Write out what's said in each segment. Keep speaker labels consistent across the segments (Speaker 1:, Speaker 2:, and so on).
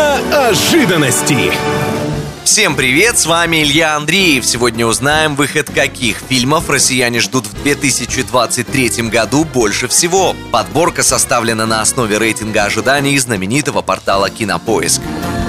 Speaker 1: Киноожиданности.
Speaker 2: Всем привет, с вами Илья Андреев. Сегодня узнаем, выход каких фильмов россияне ждут в 2023 году больше всего. Подборка составлена на основе рейтинга ожиданий знаменитого портала «Кинопоиск».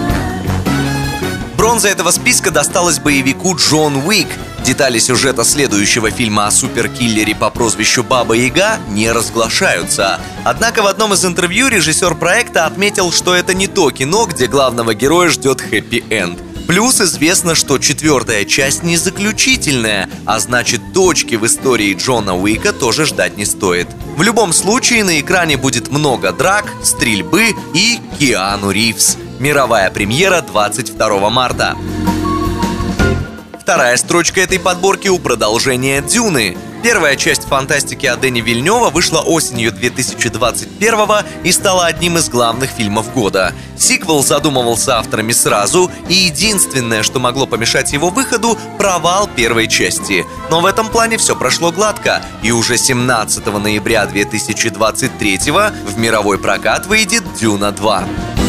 Speaker 2: Бронза этого списка досталась боевику «Джон Уик». Детали сюжета следующего фильма о суперкиллере по прозвищу Баба Яга не разглашаются. Однако в одном из интервью режиссер проекта отметил, что это не то кино, где главного героя ждет хэппи-энд. Плюс известно, что четвертая часть не заключительная, а значит, точки в истории Джона Уика тоже ждать не стоит. В любом случае, на экране будет много драк, стрельбы и Киану Ривз. Мировая премьера 22 марта. Вторая строчка этой подборки у продолжения «Дюны». Первая часть фантастики от Дэни Вильнёва вышла осенью 2021 и стала одним из главных фильмов года. Сиквел задумывался авторами сразу, и единственное, что могло помешать его выходу – провал первой части. Но в этом плане все прошло гладко, и уже 17 ноября 2023 в мировой прокат выйдет «Дюна 2».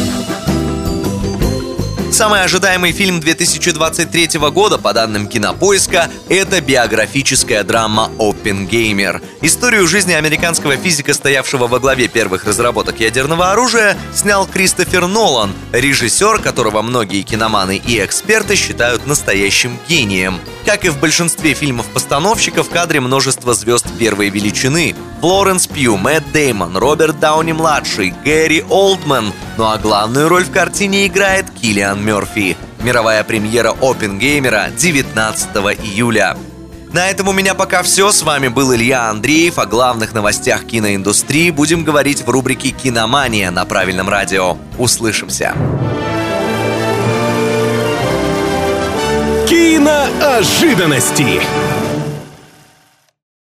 Speaker 2: Самый ожидаемый фильм 2023 года, по данным Кинопоиска, это биографическая драма «Оппенгеймер». Историю жизни американского физика, стоявшего во главе первых разработок ядерного оружия, снял Кристофер Нолан, режиссер, которого многие киноманы и эксперты считают настоящим гением. Как и в большинстве фильмов-постановщиков, в кадре множество звезд первой величины. Флоренс Пью, Мэтт Дэймон, Роберт Дауни-младший, Гэри Олдман. Ну а главную роль в картине играет Киллиан Мёрфи. Мировая премьера «Оппенгеймера» 19 июля. На этом у меня пока все. С вами был Илья Андреев. О главных новостях киноиндустрии будем говорить в рубрике «Киномания» на Правильном радио. Услышимся.
Speaker 1: Киноожиданности.